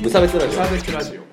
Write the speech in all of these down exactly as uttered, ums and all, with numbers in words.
無差別ラジオ。 無差別ラジオ。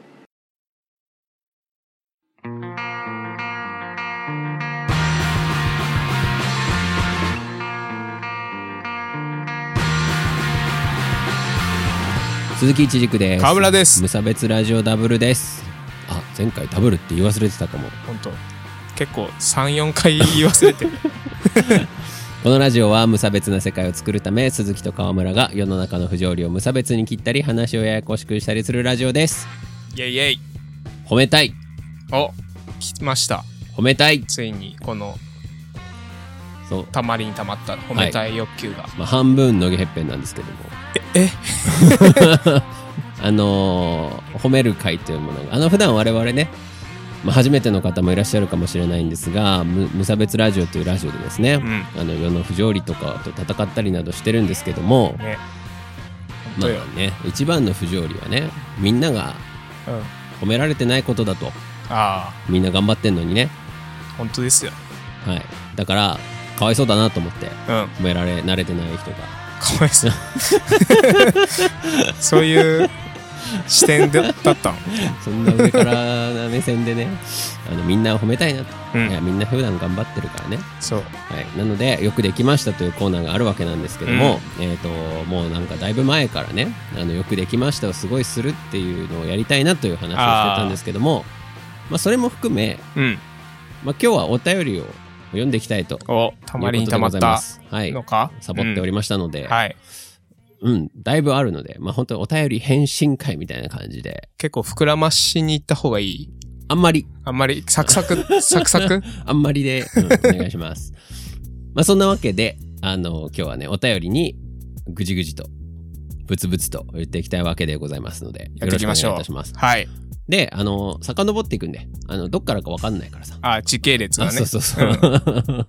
鈴木一軸です。 川村です。 無差別ラジオダブルです。あ、前回ダブルって言い忘れてたかも。 本当結構 さん,よん 回言い忘れてるこのラジオは無差別な世界を作るため、鈴木と川村が世の中の不条理を無差別に切ったり、話をややこしくしたりするラジオです。 イェイイェイ。 褒めたい。 お、来ました。 褒めたい。 ついにこのそうたまりにたまった褒めたい欲求が、はい、 まあ、半分のげへっぺんなんですけども、 ええあのー、褒める会というものが、あの普段我々ね、まあ、初めての方もいらっしゃるかもしれないんですが、無, 無差別ラジオというラジオでですね、うん、あの世の不条理とかと戦ったりなどしてるんですけども、ね、まあね、一番の不条理はね、みんなが褒められてないことだと、うん、あみんな頑張ってんのにね。 本当ですよ。 はい、だからかわいそうだなと思って、うん、褒められ慣れてない人がかわいそうそういう視点だったのそんな上からな目線でね、あのみんなを褒めたいなと、うん、いやみんな普段頑張ってるからね。 そう、 はい、なのでよくできましたというコーナーがあるわけなんですけども、うん、えーともうなんかだいぶ前からね、あのよくできましたをすごいするっていうのをやりたいなという話をしてたんですけども、まあ、それも含め、うんまあ、今日はお便りを読んでいきたいと。 お、たまりにたまったのか、 はい、サボっておりましたので、 うん、はい、 うん、だいぶあるので、まあ本当にお便り返信会みたいな感じで。 結構膨らましに行った方がいい？ あんまり。 あんまり、サクサク、サクサクあんまりで、うん、お願いします。まあそんなわけで、あの、今日はね、お便りにぐじぐじと、ブツブツと言っていきたいわけでございますので、 やっていきましょう。 よろしくお願いいたします。 はい。 で、あの、遡っていくんで、あの、どっからかわかんないからさ。 あ、時系列がね。 そうそうそう。うん、 はい。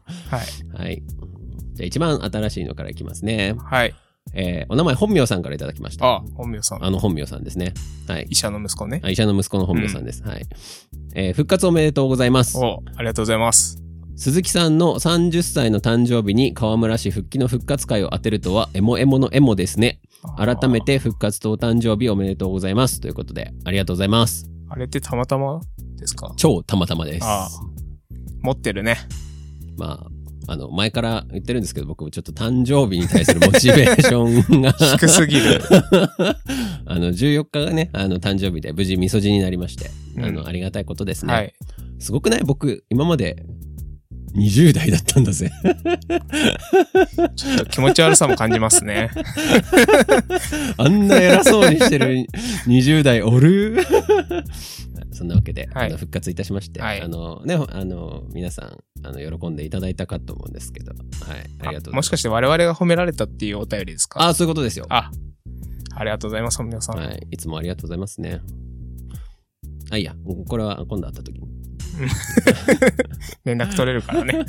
はい。じゃあ一番新しいのからいきますね。 はい。 えー、お名前本名さんからいただきました。 あ、本名さん。 あの本名さんですね。はい。 医者の息子ね。 あ、医者の息子の本名さんです。うん、はい。えー、復活おめでとうございます。 お、ありがとうございます。 鈴木さんのさんじゅっさいの誕生日に河村氏復帰の復活会を当てるとはエモエモのエモですね。改めて復活とお誕生日おめでとうございますということで、ありがとうございます。 あれってたまたまですか？ 超たまたまです。 ああ、持ってるね。 まあ、あの、前から言ってるんですけど、僕もちょっと誕生日に対するモチベーションが低すぎる。 あの、じゅうよっかがね、あの、誕生日で無事みそじになりまして、うん、あの、ありがたいことですね。はい。すごくない？僕、今までにじゅう代だったんだぜ。 ちょっと気持ち悪さも感じますね。 あんな偉そうにしてるにじゅう代おる？そんなわけで、はい、あの復活いたしまして、はい、あのね、あの皆さんあの喜んでいただいたかと思うんですけど、はい、ありがとうございます。 もしかして我々が褒められたっていうお便りですか？ ああ、そういうことですよ。 あ、ありがとうございます、皆さん。 はい、いつもありがとうございますね。あ、いいや、これは今度会った時に。 連絡取れるからね。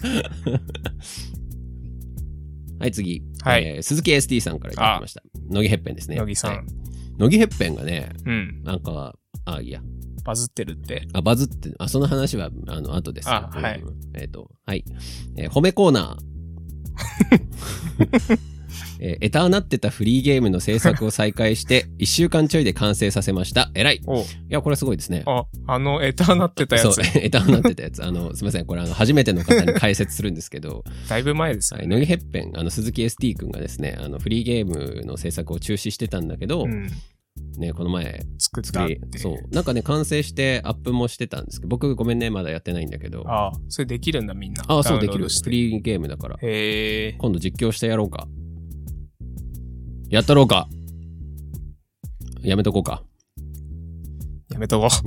はい、次、 はい、 えー、鈴木 エスティー さんからいただきました。乃木へっぺんですね。 乃木さん、はい、 乃木へっぺんがね、 うん、 なんか、あ、いいや。 バズってるって。 あ、バズって、あ、その話は、あの、後です。 あ、はい。 えっと、はい。えー、褒めコーナー。えー、エターなってたフリーゲームの制作を再開して、いっしゅうかんちょいで完成させました。偉い。 おいや、これすごいですね。 あ、あの、エターなってたやつ。 そう、エターなってたやつ。あの、すみません。これ、あの、初めての方に解説するんですけど。 だいぶ前ですね。 はい。乃木へっぺん、あの、鈴木 エスティー 君がですね、あの、フリーゲームの制作を中止してたんだけど、うんね、この前作ったってそうなんかね完成してアップもしてたんですけど、僕ごめんねまだやってないんだけど。 ああ、それできるんだみんな。 ああ、そうできる。フリーゲームだから。 へえ。 今度実況してやろうか。やったろうか。やめとこうか。 やめとこう。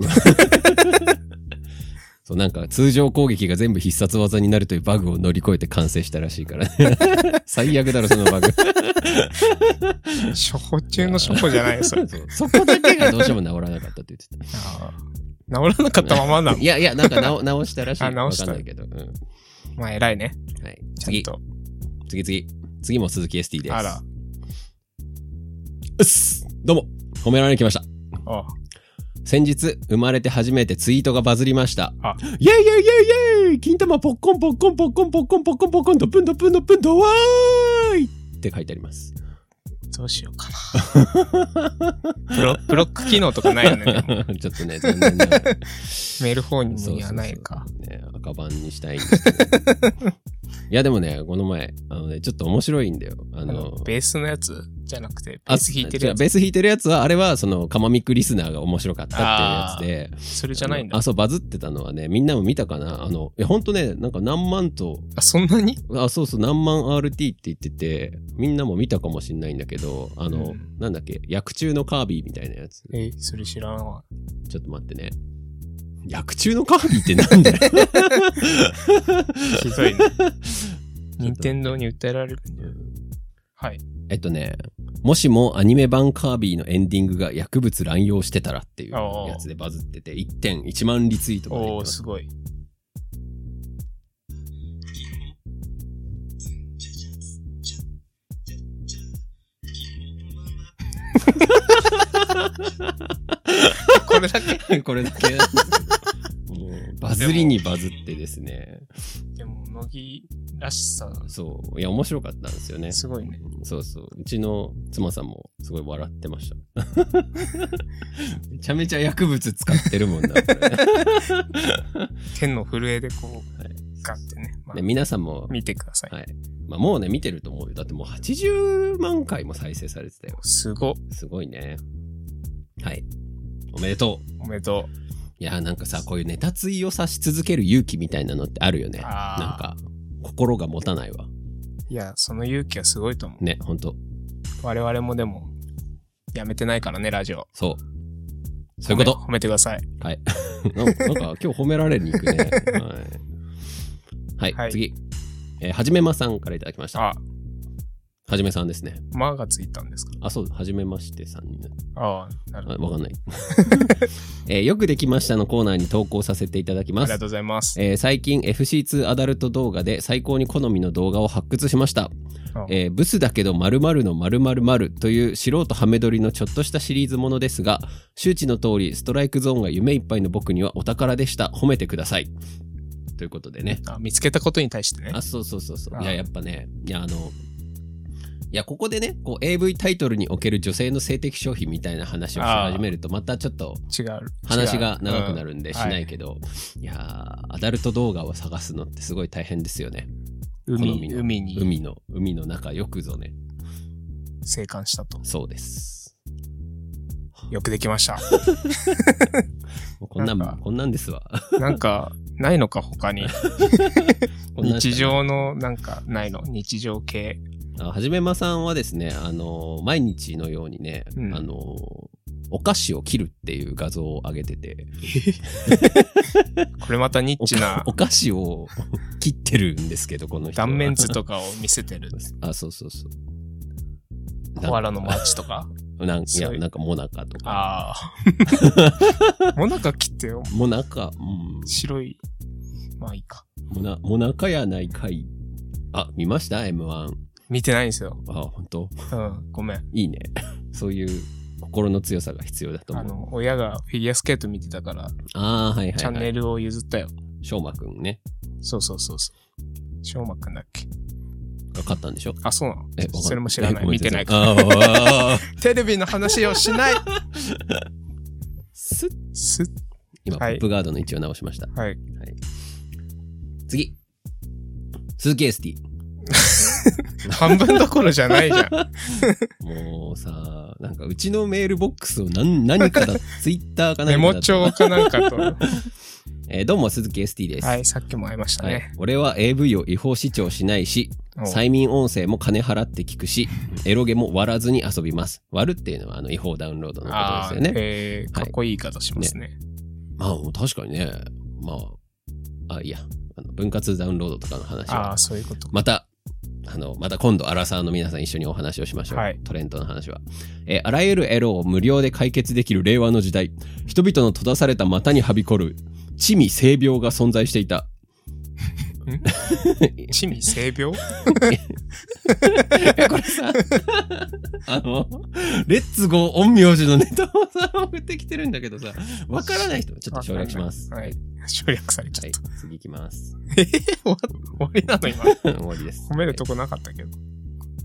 そうなんか通常攻撃が全部必殺技になるというバグを乗り越えて完成したらしいからね。最悪だろそのバグ。 初歩中の初歩じゃないよそれ。 そうそこだけがどうしても治らなかったって言ってた。 あ治らなかったままなの？ いやいやなんか直直したらしい。 あ直した。 わかんないけど。うん、 まあ偉いね。 はい。次次次次も鈴木 エスティー です。 あら。 うっすどうも褒められに来ました。 ああ先日生まれて初めてツイートがバズりました。 あイェイイェイイェイイェイ金玉ポッコンポッコンポッコンポッコンポッコンポッコンドプンドプンドプンドワーイって書いてあります。 どうしようかな。ブロ、ブロック機能とかないよね。 ちょっとね、残念ながら。 メールフォームにはないか。 そうそうそうね、赤版にしたいんですけど。いやでもね、この前、あのね、ちょっと面白いんだよ。あの、 あのベースのやつじゃなくて、ベース弾いてるやつ。 ベース弾いてるやつは、あれは、その、カマミックリスナーが面白かったっていうやつで。 それじゃないんだ。 あ、そう、バズってたのはね、みんなも見たかな。あの、いや、ほんとね、なんか何万と。 あ、そんなに？ あ、そうそう、何万 アールティー って言ってて、みんなも見たかもしんないんだけど、あの、うん、なんだっけ、薬中のカービィみたいなやつ。 え、それ知らんわ。 ちょっと待ってね。薬中のカービィってなんだよ。 ひどいね。任天堂に訴えられるんだよ。はい。 えっとね、もしもアニメ版カービィのエンディングが薬物乱用してたらっていうやつでバズってて、いってんいちまんリツイートが出てます。 おー、すごい。これだけこれだけバズりにバズってですね。 でも、乃木らしさ。 そう。いや、面白かったんですよね。 すごいね。 そうそう。うちの妻さんもすごい笑ってました。めちゃめちゃ薬物使ってるもんな、これ。 手の震えでこう、はい、ガッてね。 まあ、で皆さんも。 見てください。 はい。まあ、もうね、見てると思うよ。だってもうはちじゅうまんかいも再生されてたよ。 すご。 すごいね。はい。おめでとう。おめでとう。 いや、なんかさ、こういうネタツイをさし続ける勇気みたいなのってあるよね。なんか、心が持たないわ。 いや、その勇気はすごいと思う。 ね、ほんと。 我々もでも、やめてないからね、ラジオ。 そう。そういうこと。 褒めてください。 はい。なんか、今日褒められに行くね。はい。はい、はい、次。えー、はじめまさんからいただきました。あはじめさんですね。 まがついたんですか？ あ、そう、はじめましてさんになる。 ああ、なるほど。 わかんない。えー、よくできましたのコーナーに投稿させていただきます。ありがとうございます。 えー、最近 エフシーツー アダルト動画で最高に好みの動画を発掘しました。えー、ブスだけど〇〇の〇〇〇という素人ハメ撮りのちょっとしたシリーズものですが、周知の通りストライクゾーンが夢いっぱいの僕にはお宝でした。褒めてください。ということでね。 あ、見つけたことに対してね。 あ、そうそうそうそう。いや、やっぱね、いや、あの、いや、ここでね、こう エーブイ タイトルにおける女性の性的消費みたいな話をし始めると、またちょっと違う話が長くなるんでしないけど、いやー、アダルト動画を探すのってすごい大変ですよね。 海、海に。 海の、海の中よくぞね。 生還したと。 そうです。 よくできました。 こんなん、こんなんですわ。 なんか、ないのか他に。日常の、なんか、ないの日常系。 はじめまさんはですね、あの、毎日のようにね、うん、あの、お菓子を切るっていう画像を上げてて。 これまたニッチなお。お菓子を切ってるんですけど、この人は。 断面図とかを見せてる。 あ、そうそうそう。 コアラのマーチとかなんいや、なんかモナカとか。 ああ。モナカ切ってよ。 モナカ、 うん。白い。まあいいか。 モナ、モナカやないかい。あ、見ました ?エムワン。 見てないんですよ。 あ、本当。 うん、ごめん。 いいね。そういう心の強さが必要だと思う。 あの、親がフィギュアスケート見てたから、 ああ、はいはい、はい。 チャンネルを譲ったよ。 しょうまくんね。 そうそうそうそう。しょうまくんだっけ。 が勝ったんでしょ？ あ、そうなの？え、それも知らない。 見てないから。 あテレビの話をしないすっ。 すっ。 今、はい、ポップガードの位置を直しました。 はい。はい、 次。鈴木エスティ。 半分どころじゃないじゃん。 もうさ、なんかうちのメールボックスを何、何かだ、ツイッターか何かだ。 メモ帳かなんかと。 えー、どうも鈴木 エスティ です。 はい、さっきも会いましたね。はい、 俺は エーブイ を違法視聴しないし、催眠音声も金払って聞くし、エロゲも割らずに遊びます。割るっていうのはあの違法ダウンロードのことですよね。 えー、かっこいい言い方しますね。はい、ね、 まあ確かにね、まあ、あ、いや、あの分割ダウンロードとかの話は。 ああ、そういうこと。 また、あの、また今度、アラサーの皆さん一緒にお話をしましょう。 はい、 トレンドの話は。えー、あらゆるエロを無料で解決できる令和の時代、人々の閉ざされた股にはびこる、地味性病が存在していた。 地味性病これさ、あの、レッツゴー陰陽師のネタをさ、送ってきてるんだけどさ、わからない人、ちょっと省略します。 はい。省略されちゃった。 はい、次行きます。 えー、終わりなの今。 終わりです。 褒めるとこなかったけど。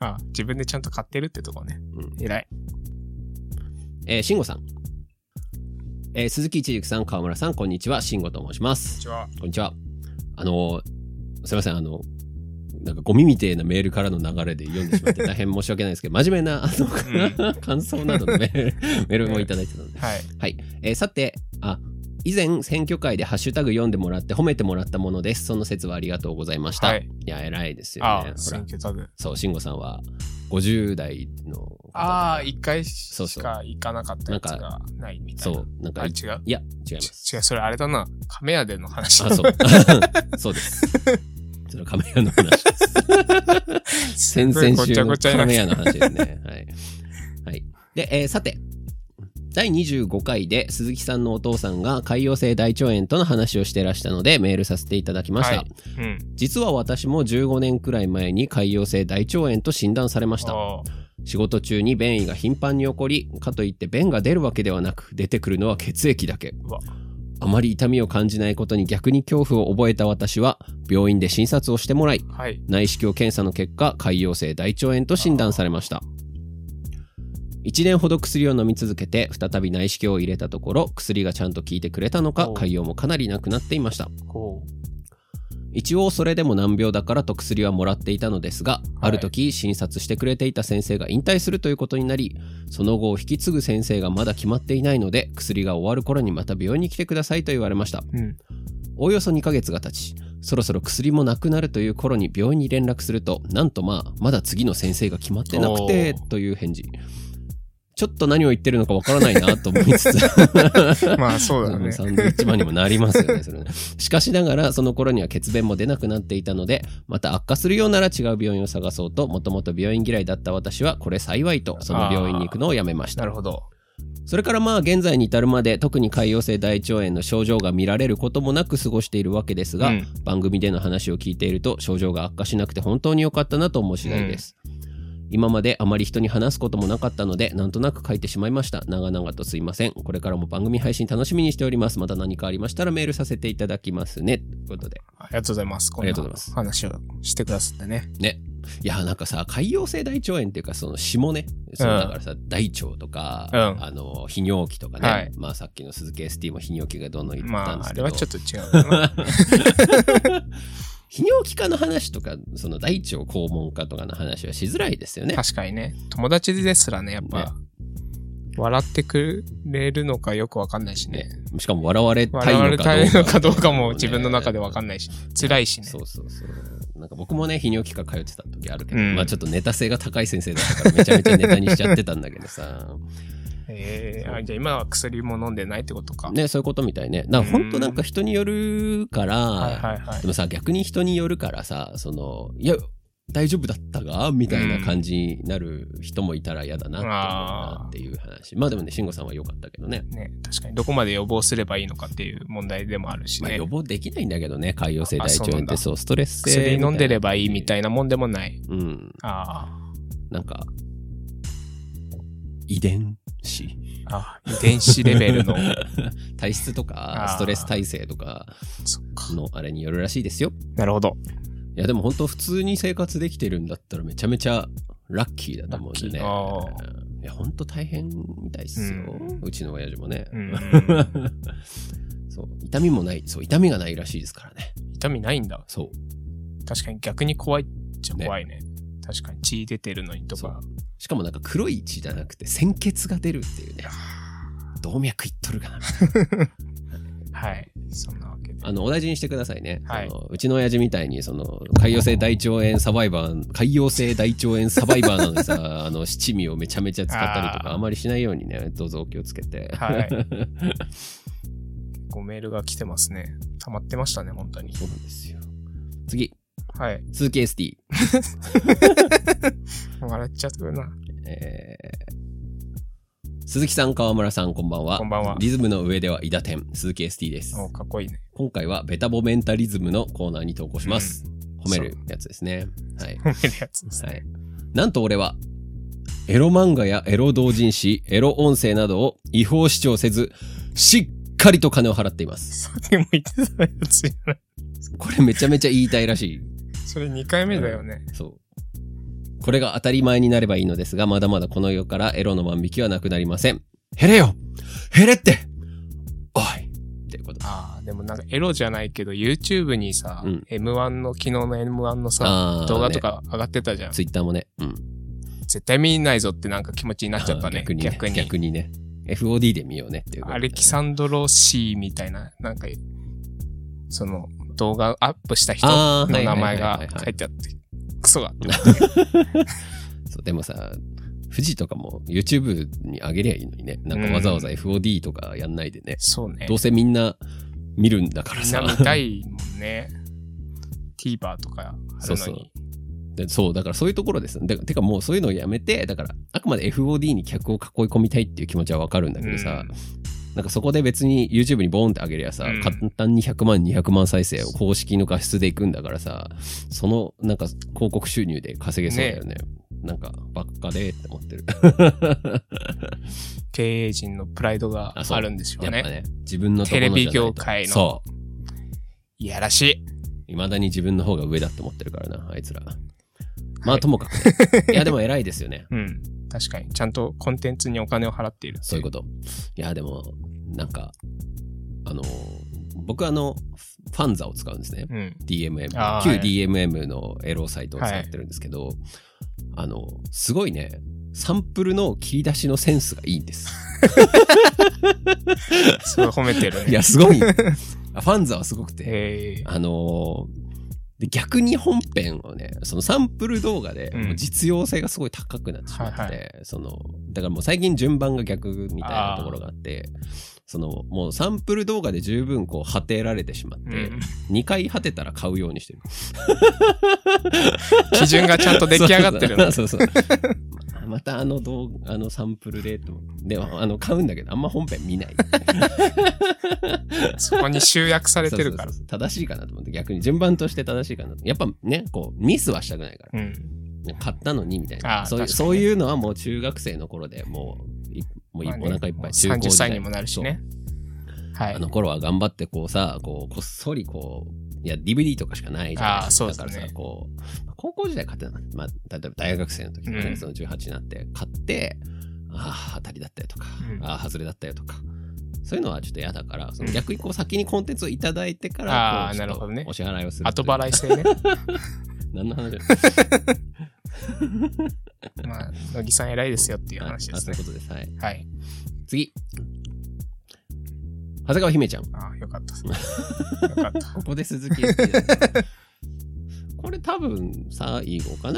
あ、自分でちゃんと買ってるってとこね。うん。偉い。 えー、慎吾さん。えー、鈴木一軸さん、川村さん、こんにちは。慎吾と申します。 こんにちは。 こんにちは。あのー、すいません、あの、なんかゴミみてえなメールからの流れで読んでしまって大変申し訳ないですけど、真面目な、あの、うん、感想などのメール、メールもいただいてたので。はい。はい。えー、さて、あ、以前選挙会でハッシュタグ読んでもらって褒めてもらったものです。その説はありがとうございました。はい、いや、偉いですよね。 ああ、選挙タグ。 そう、慎吾さんはごじゅう代の。 ああ、一回しか行かなかったやつがないみたいな。 そう、なんか、 あ、違う。 いや、違います。 違う、それあれだな。亀屋での話。 あ、そう。そうです。それ亀屋の話です。先々週の亀屋の話ですね。はい。はい。で、えー、さて。だいにじゅうごかいで鈴木さんのお父さんが潰瘍性大腸炎との話をしてらしたのでメールさせていただきました、はいうん、実は私もじゅうごねんくらい前に潰瘍性大腸炎と診断されました。仕事中に便意が頻繁に起こり、かといって便が出るわけではなく出てくるのは血液だけ。あまり痛みを感じないことに逆に恐怖を覚えた私は病院で診察をしてもらい、はい、内視鏡検査の結果潰瘍性大腸炎と診断されました。いちねんほど薬を飲み続けて再び内視鏡を入れたところ薬がちゃんと効いてくれたのか潰瘍もかなりなくなっていました。一応それでも難病だからと薬はもらっていたのですが、はい、ある時診察してくれていた先生が引退するということになり、その後を引き継ぐ先生がまだ決まっていないので薬が終わる頃にまた病院に来てくださいと言われました、うん、おおよそにかげつが経ち、そろそろ薬もなくなるという頃に病院に連絡すると、なんとまあまだ次の先生が決まってなくてという返事。ちょっと何を言ってるのかわからないなと思いつつまあそうだね。 サンドイッチマンにもなりますよね、それね。しかしながらその頃には血便も出なくなっていたので、また悪化するようなら違う病院を探そうと、もともと病院嫌いだった私はこれ幸いとその病院に行くのをやめました。 なるほど。 それからまあ現在に至るまで特に潰瘍性大腸炎の症状が見られることもなく過ごしているわけですが、うん、番組での話を聞いていると症状が悪化しなくて本当に良かったなと思う次第です、うん今まであまり人に話すこともなかったのでなんとなく書いてしまいました。長々とすいません。これからも番組配信楽しみにしております。また何かありましたらメールさせていただきますねということで、 ありがとうございます。 ありがとうございます。 話をしてくださってね。 ね。いやなんかさ潰瘍性大腸炎っていうかその下ね、そのだからさ、うん、大腸とか、うん、あの泌尿器とかね、はい、まあさっきの鈴木 エスティー も泌尿器がどんどん言ってたんですけど、 まああれはちょっと違うな。 泌尿器科の話とかその大腸肛門科とかの話はしづらいですよね。 確かにね。友達ですらねやっぱ、ね、笑ってくれるのかよくわかんないしね。 ねしかも笑われたいのかどうか、 笑われたいのかどうかも自分の中でわかんないし、ね、辛いしね。 そうそうそう。なんか僕もね泌尿器科通ってた時あるけど、うん、まあちょっとネタ性が高い先生だったからめちゃめちゃネタにしちゃってたんだけどさ。 えー、あじゃあ今は薬も飲んでないってことか。 ねそういうことみたいね。なんか本当なんか人によるから、はいはいはい、でもさ逆に人によるからさそのいや大丈夫だったがみたいな感じになる人もいたら嫌だなって思うなっていう話。まあでもね慎吾さんは良かったけどね。 ね確かにどこまで予防すればいいのかっていう問題でもあるしね。 まあ、予防できないんだけどね潰瘍性大腸炎ってそうストレス性薬飲んでればいいみたいなもんでもない。 うん。ああなんか遺伝子あ遺伝子レベルの体質とかストレス耐性とかのあれによるらしいですよ。 なるほど。 いやでも本当普通に生活できてるんだったらめちゃめちゃラッキーだと思うんでね。いや本当大変みたいですよ、うん、うちの親父もね、うん、そう痛みもないそう痛みがないらしいですからね。 痛みないんだ。 そう確かに逆に怖いっちゃ怖い ね, ね確かに血出てるのにとか。 しかもなんか黒い血じゃなくて鮮血が出るっていうね。動脈いっとるかなはいそんなわけであのお大事にしてくださいね、 はい、 あのうちの親父みたいにその潰瘍性大腸炎サバイバー潰瘍性大腸炎サバイバーなのでさあの七味をめちゃめちゃ使ったりとか あ, あまりしないようにねどうぞお気をつけて。はい結構メールが来てますね。溜まってましたね本当に。 そうなんですよ。次はい。 鈴木 エスティー。笑っちゃうな。 えー、鈴木さん、川村さん、こんばんは。 こんばんは。 リズムの上ではイダテン、鈴木 エスティー です。 お、かっこいいね。 今回はベタボメンタリズムのコーナーに投稿します。うん、褒めるやつですね。はい。 褒めるやつですね。はい。 なんと俺は、エロ漫画やエロ同人誌、エロ音声などを違法視聴せず、しっかりと金を払っています。 さっきも言ってたやつじゃない。 これめちゃめちゃ言いたいらしい。 それにかいめだよね。 そう。 これが当たり前になればいいのですが、まだまだこの世からエロの万引きはなくなりません。減れよ減れっておいっていうこと。 ああ、でもなんかエロじゃないけど YouTube にさ、うん、エムワン の昨日の エムワン のさ動画とか上がってたじゃん。 ね、Twitter もね。うん。 絶対見ないぞってなんか気持ちになっちゃったね。 逆にね。逆に。逆にね。エフオーディー で見ようねっていう、ね。 アレキサンドロ C みたいな、なんか、その動画アップした人の名前が書いてあって、クソがって思って。 そう、でもさ、富士とかも YouTube に上げりゃいいのにね。なんかわざわざ エフオーディー とかやんないでね。 そうね。 どうせみんな見るんだからさ。 みんな見たいもんね。TVer とかあるのに。そうそう。 でそうだからそういうところです。でてかもうそういうのをやめて、だからあくまで エフオーディー に客を囲い込みたいっていう気持ちはわかるんだけどさ、うん、なんかそこで別に YouTube にボーンって上げりゃさ、うん、簡単にひゃくまんにひゃくまん再生を公式の画質でいくんだからさ、そのなんか広告収入で稼げそうだよね。ね、なんかばっかでって思ってる。 経営陣のプライドがあるんでしょうね。 やっぱね、自分のところじゃないとテレビ業界のそういやらしい。 未だに自分の方が上だって思ってるからな、あいつら。まあともかく、ね、いやでも偉いですよね。 うん。確かに。ちゃんとコンテンツにお金を払っている。 そういうこと。いやでも、なんか、あの、僕あの、ファンザを使うんですね。うん、ディーエムエム。旧 ディーエムエム のエロサイトを使ってるんですけど、はい、あの、すごいね、サンプルの切り出しのセンスがいいんです。 すごい褒めてるね。 いや、すごい。ファンザはすごくて、あのー、で逆に本編をね、そのサンプル動画で実用性がすごい高くなってしまって、うんはいはい、そのだからもう最近順番が逆みたいなところがあって、そのもうサンプル動画で十分こう果てられてしまって、うん、にかい果てたら買うようにしてる。 基準がちゃんと出来上がってるの。 そうそう。またあの動画、あのサンプルでと。でも、あの、買うんだけど、あんま本編見ない。 そこに集約されてるから。 そうそうそう正しいかなと思って、逆に順番として正しいかなと。やっぱね、こう、ミスはしたくないから。うん、買ったのにみたいな。そういう、そういうのはもう中学生の頃でもう、もうお腹いっぱい。 中高時代さんじゅっさいにもなるしね。 はい。あの頃は頑張ってこうさ、こう、こっそりこう、いや、ディーブイディー とかしかないじゃないですか。だからさ、こう、高校時代買ってなかった。まあ、例えば大学生の時とかね、うん、そのじゅうはちになって買って、ああ、当たりだったよとか、うん、ああ、外れだったよとか、そういうのはちょっと嫌だから、その逆にこう先にコンテンツをいただいてから、 ああ、なるほどね。 お支払いをする。 後払い制ね。 何の話だまあ、乃木さん偉いですよっていう話ですね。 そういうことです。はい。 はい。 次。長谷川姫ちゃん。 ああ、よかった。よかった。 ここで鈴木。これ多分最後かな？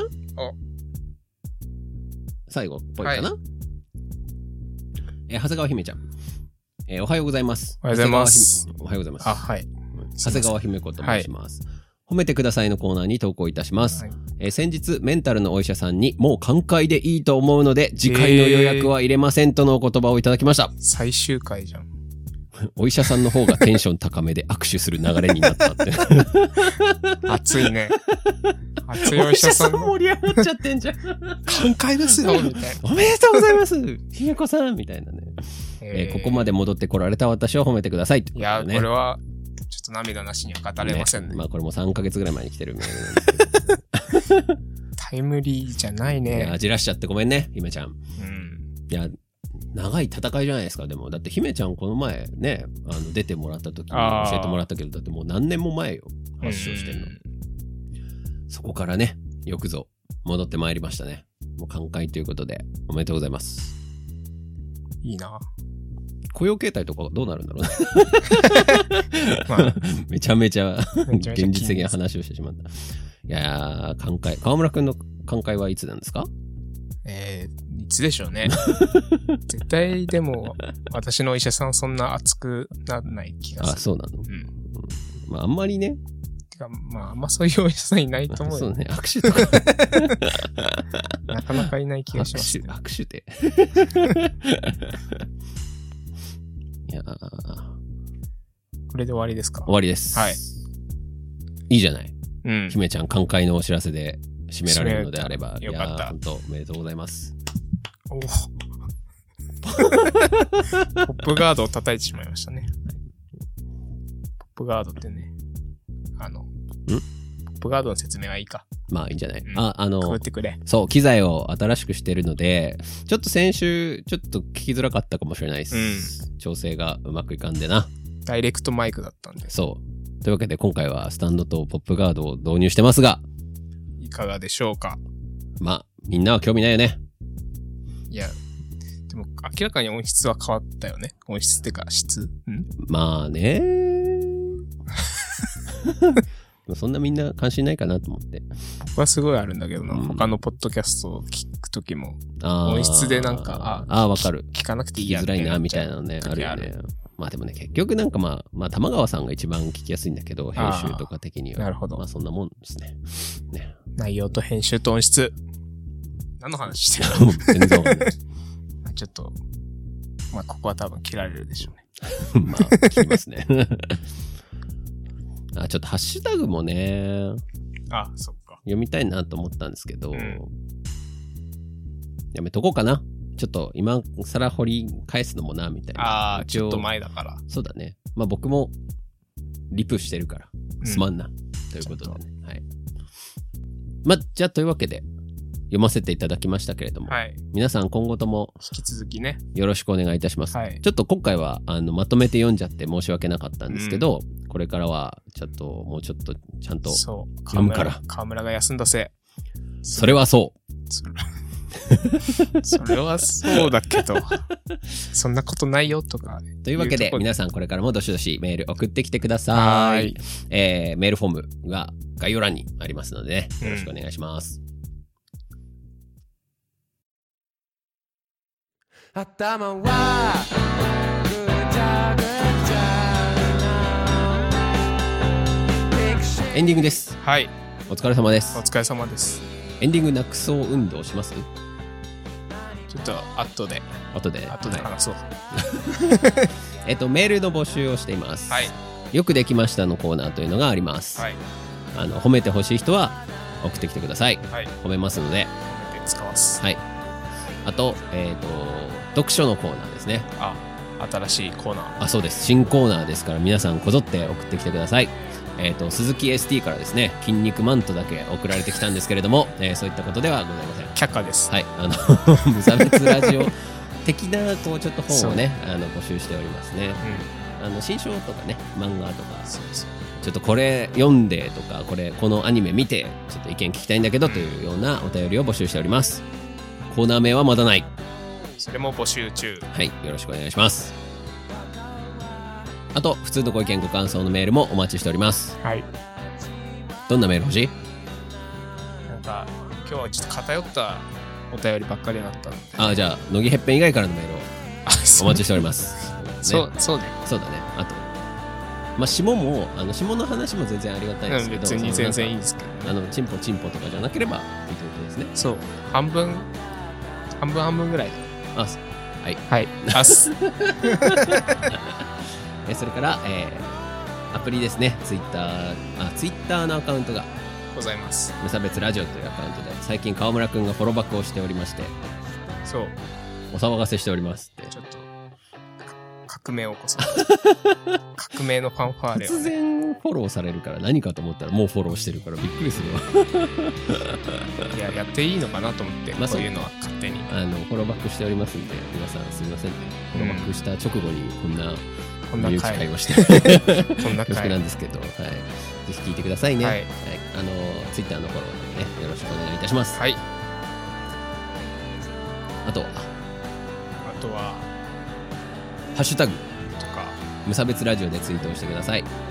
最後っぽいかな？はい、えー、長谷川姫ちゃん、えー。おはようございます。 おはようございます。 おはようございます。 あ、はい。 長谷川姫子と申します。はい、褒めてくださいのコーナーに投稿いたします。はい、えー、先日メンタルのお医者さんにもう寛解でいいと思うので次回の予約は入れませんとのお言葉をいただきました。 最終回じゃん。 お医者さんの方がテンション高めで握手する流れになったって。 熱いね。熱いお医者さん。 盛り上がっちゃってんじゃん。 寛解ですよ、みたいな。 おめでとうございますひめこさんみたいなね、えーえー。ここまで戻ってこられた私を褒めてくださいってこと、ね。 いや、これは、ちょっと涙なしには語れませんね。 ねまあこれもさんかげつぐらい前に来てるメールなんですけど。 タイムリーじゃないね。 いや、じらしちゃってごめんね、ひめちゃん。うん。いや、長い戦いじゃないですか。でもだって姫ちゃんこの前ねあの出てもらった時に教えてもらったけどだってもう何年も前よ発症してんの。そこからねよくぞ戻ってまいりましたね。もう寛解ということでおめでとうございます。 いいな。 雇用形態とかどうなるんだろうね。まあ、めちゃめちゃ現実的な話をしてしまった。いやー寛解川村くんの寛解はいつなんですか？えー、いつでしょうね。絶対でも私のお医者さんそんな熱くならない気がする。 あ、そうなの。うん。まああんまりね。 てかまああんまそういうお医者さんいないと思うよ。 そうね。握手とかなかなかいない気がします、 ね。握手、握手で。いやー。 これで終わりですか？ 終わりです。はい。いいじゃない。うん。姫ちゃん寛解のお知らせで。締められるのであれば、 よかった。 本当おめでとうございます。 おポップガードを叩いてしまいましたね。ポップガードってね、あの、ポップガードの説明はいいか。 まあいいんじゃない、 うん、 あ、あの、 くぐってくれ。 そう、機材を新しくしてるので、ちょっと先週、ちょっと聞きづらかったかもしれないです。うん、調整がうまくいかんでな。 ダイレクトマイクだったんで。 そう。というわけで今回はスタンドとポップガードを導入してますが、 いかがでしょうか。 まあ、みんなは興味ないよね。 いや、でも明らかに音質は変わったよね。音質ってか質。んまあねそんなみんな関心ないかなと思って。 僕はすごいあるんだけどな、うん、他のポッドキャストを聞くときも音質でなんかああわかる、 聞かなくていいや聞きづらいなみたいなのねあるよね。まあでもね結局なんかまあまあ玉川さんが一番聞きやすいんだけど編集とか的には。 なるほど。 まあそんなもんですね。ね。 内容と編集と音質。何の話してるの？全然わかんない。ちょっとまあここは多分切られるでしょうね。まあ切りますね。あ、ちょっとハッシュタグもね、 あ、そっか。 読みたいなと思ったんですけど、うん、やめとこうかな。ちょっと今更掘り返すのもなみたいな。 ああ、ちょっと前だから。 そうだね。まあ僕もリプしてるから、すまんな、うん、ということでね。はい。まあじゃあというわけで読ませていただきましたけれども、はい、皆さん今後とも引き続きねよろしくお願いいたします。はい、ちょっと今回はあのまとめて読んじゃって申し訳なかったんですけど、うん、これからはちょっともうちょっとちゃんと読むから。 川村が休んだせい。それはそう。 それそれはそうだけどそんなことないよとか、ね、 というわけで皆さんこれからもどしどしメール送ってきてください。えー、メールフォームが概要欄にありますのでね、よろしくお願いします。うん、頭はぐちゃぐちゃ。エンディングです。 はい。 お疲れ様です。 お疲れ様です。 エンディングなくそう運動します？ ちょっと後で。 後で。 後で話そう。はい、 えっと、メールの募集をしています。 はい。 よくできましたのコーナーというのがあります。はい。あの、褒めてほしい人は送ってきてください。はい。褒めますので。 褒めて使わす。 はい。あと、えっと、読書のコーナーですね。 あ、新しいコーナー。 あ、そうです。新コーナーですから皆さんこぞって送ってきてください。えっと、鈴木 エスティー からですね、筋肉マントだけ送られてきたんですけれども、えー、そういったことではございません。 却下です。 はい。あの、無差別ラジオ的な、こう、ちょっと本をね、あの、募集しておりますね。うん、あの、新書とかね、漫画とか、そうそう、ちょっとこれ読んでとか、これ、このアニメ見て、ちょっと意見聞きたいんだけど、というようなお便りを募集しております。コーナー名はまだない。 それも募集中。 はい。よろしくお願いします。あと、普通のご意見ご感想のメールもお待ちしております。 はい。 どんなメール欲しい？ なんか今日はちょっと偏ったお便りばっかりだったので。 ああ、じゃあ乃木へっぺん以外からのメールをお待ちしております。 ね、そうそうね。 そうだね。あと、まあ下もあの下の話も全然ありがたいですけど、 別に全然いいんですけど、ね、 あのチンポチンポとかじゃなければいいということですね。 そう。半分半分半分ぐらい。 あ、はいはい。あす。 えそれから、えー、アプリですね、ツイッター、あ、ツイッターのアカウントがございます。 無差別ラジオというアカウントで、最近川村くんがフォローバックをしておりまして、 そう。 お騒がせしておりますって。 ちょっと、革命を起こそう。革命のファンファーレを、ね。 突然フォローされるから何かと思ったらもうフォローしてるからびっくりするわ。 いや、やっていいのかなと思って、まあ、そういうのは勝手に。 あの、フォローバックしておりますんで、皆さんすみませんね。フォローバックした直後にこんな、 こんな会話してこんな会なんですけど、はい、ぜひ聞いてくださいね。はい、はい、あのツイッターのフォローね、よろしくお願いいたします。 はい。 あとは、 あとはハッシュタグとか無差別ラジオでツイートをしてください。あとは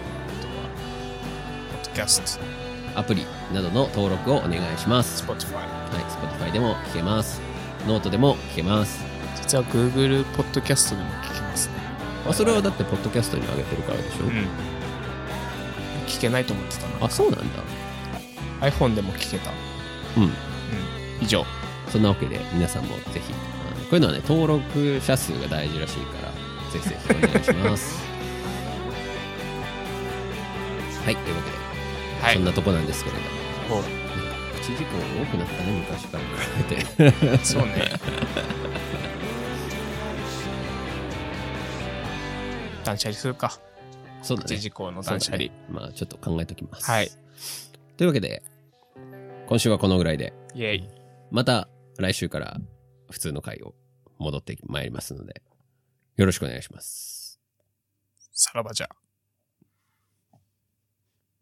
ポッドキャスト、アプリなどの登録をお願いします。 Spotify、はい、 Spotify でも聞けます。ノートでも聞けます。 実は Google ポッドキャストでも聞けますね。 あ、それはだってポッドキャストに上げてるからでしょ。うん、 聞けないと思ってたな。 あ、そうなんだ。 iPhone でも聞けた。 うん、うん、 以上。 そんなわけで皆さんもぜひ、あのこういうのはね、登録者数が大事らしいからぜひぜひお願いしますはい、というわけで、はい、そんなとこなんですけれども、口事故多くなったね、昔から比べてそうね断捨離するか。 そうだね。 口事故の断捨離、ね、 まあちょっと考えときます。 はい。 というわけで、今週はこのぐらいで。 イェイ。 また来週から普通の回を戻ってまいりますので、よろしくお願いします。 さらばじゃ。